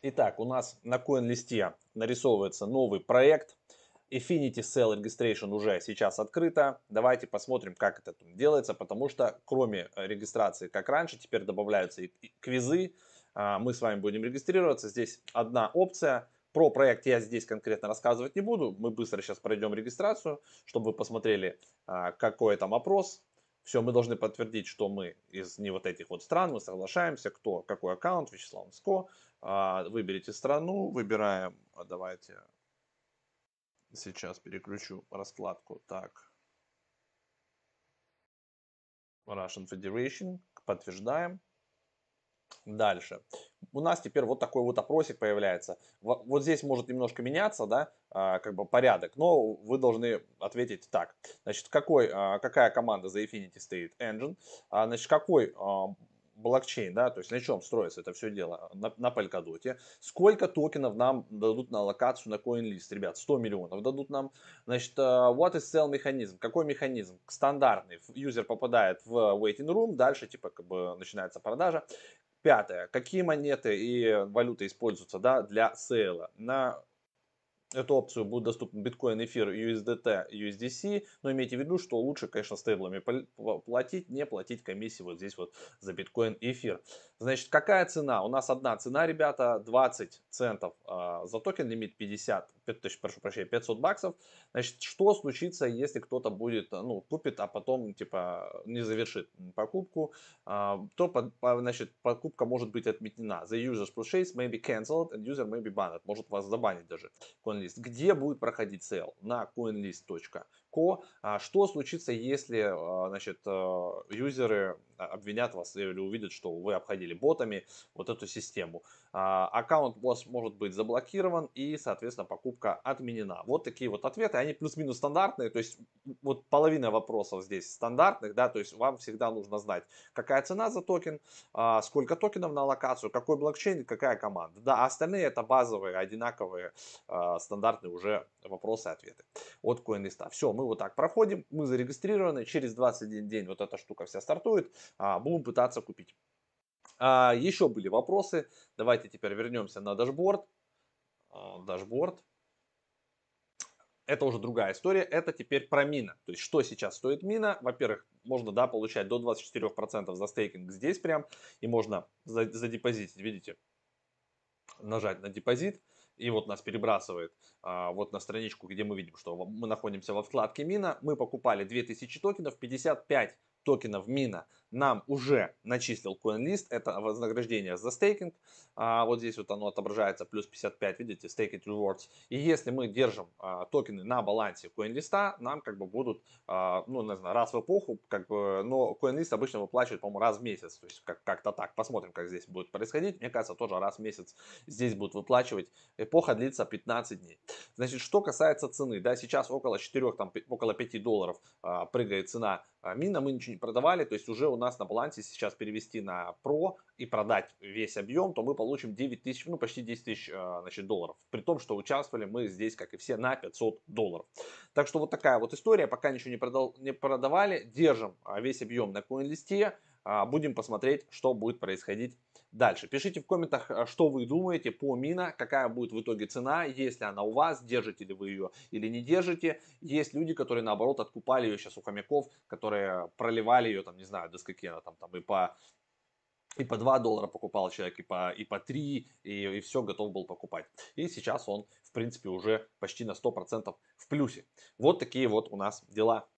Итак, у нас на CoinList нарисовывается новый проект. Affinity Sell Registration уже сейчас открыта. Давайте посмотрим, как это тут делается, потому что кроме регистрации, как раньше, теперь добавляются и квизы. Мы с вами будем регистрироваться. Здесь одна опция. Про проект я здесь конкретно рассказывать не буду. Мы быстро сейчас пройдем регистрацию, чтобы вы посмотрели, какой там опрос. Все, мы должны подтвердить, что мы из не вот этих вот стран, мы соглашаемся, кто, какой аккаунт, Вячеслав Мско. Выберите страну, выбираем, давайте, сейчас переключу раскладку, так, Russian Federation, подтверждаем. Дальше. У нас теперь вот такой вот опросик появляется. Вот здесь может немножко меняться, да, как бы порядок, но вы должны ответить так. Значит, какая команда за Affinity стоит? Engine. Значит, какой блокчейн, да, то есть на чем строится это все дело? На Polkadot. Сколько токенов нам дадут на аллокацию на CoinList? Ребят, 100 миллионов дадут нам. Значит, what is sell механизм? Какой механизм? Стандартный. Юзер попадает в waiting room, дальше типа как бы начинается продажа. Пятое. Какие монеты и валюты используются, да, для сейла? На эту опцию будет доступен биткоин, эфир, USDT, USDC, но имейте в виду, что лучше, конечно, стейблами платить, не платить комиссии вот здесь вот за биткоин и эфир. Значит, какая цена? У нас одна цена, ребята, 20 центов за токен, лимит 50, прошу прощения, 500 баксов. Значит, что случится, если кто-то будет, ну, купит, а потом, типа, не завершит покупку, значит, покупка может быть отменена. The user's purchase may be cancelled and user may be banned. Может вас забанить даже. CoinList. Где будет проходить сейл? На coinlist.co. Что случится, если, значит, юзеры обвинят вас или увидят, что вы обходили ботами вот эту систему? Аккаунт у вас может быть заблокирован и, соответственно, покупка отменена. Вот такие вот ответы. Они плюс-минус стандартные. То есть вот половина вопросов здесь стандартных, да, то есть вам всегда нужно знать, какая цена за токен, сколько токенов на локацию, какой блокчейн, какая команда. Да, а остальные это базовые, одинаковые, стандартные уже вопросы и ответы от CoinList. Все, мы вот так проходим, мы зарегистрированы, через 21 день вот эта штука вся стартует, будем пытаться купить. Еще были вопросы, давайте теперь вернемся на дашборд. Дашборд. Это уже другая история, это теперь про мина. То есть, что сейчас стоит мина? Во-первых, можно, да, получать до 24% за стейкинг здесь прям, и можно задепозитить, видите, нажать на депозит, и вот нас перебрасывает вот на страничку, где мы видим, что мы находимся во вкладке мина. Мы покупали 2000 токенов, 55 токенов мина нам уже начислил CoinList. Это вознаграждение за стейкинг. Вот здесь вот оно отображается, плюс 55, видите, Staked Rewards. И если мы держим токены на балансе CoinList, нам как бы будут, ну, не знаю, раз в эпоху, как бы, но CoinList обычно выплачивает, по-моему, раз в месяц. То есть как-то так. Посмотрим, как здесь будет происходить. Мне кажется, тоже раз в месяц здесь будут выплачивать. Эпоха длится 15 дней. Значит, что касается цены, да, сейчас около 4, там, около 5 долларов прыгает цена мина, мы ничего не продавали, то есть уже у нас на балансе сейчас перевести на Pro и продать весь объем, то мы получим 9 тысяч, ну почти 10 тысяч, значит, долларов. При том, что участвовали мы здесь, как и все, на 500 долларов. Так что вот такая вот история, пока ничего не продавали, держим весь объем на CoinList, будем посмотреть, что будет происходить дальше. Пишите в комментах, что вы думаете по мина, какая будет в итоге цена, если она у вас, держите ли вы ее или не держите. Есть люди, которые наоборот откупали ее сейчас у хомяков, которые проливали ее, там, не знаю, до скольки она там и по 2 доллара покупал человек, и по 3, и все готов был покупать. И сейчас он, в принципе, уже почти на 100% в плюсе. Вот такие вот у нас дела.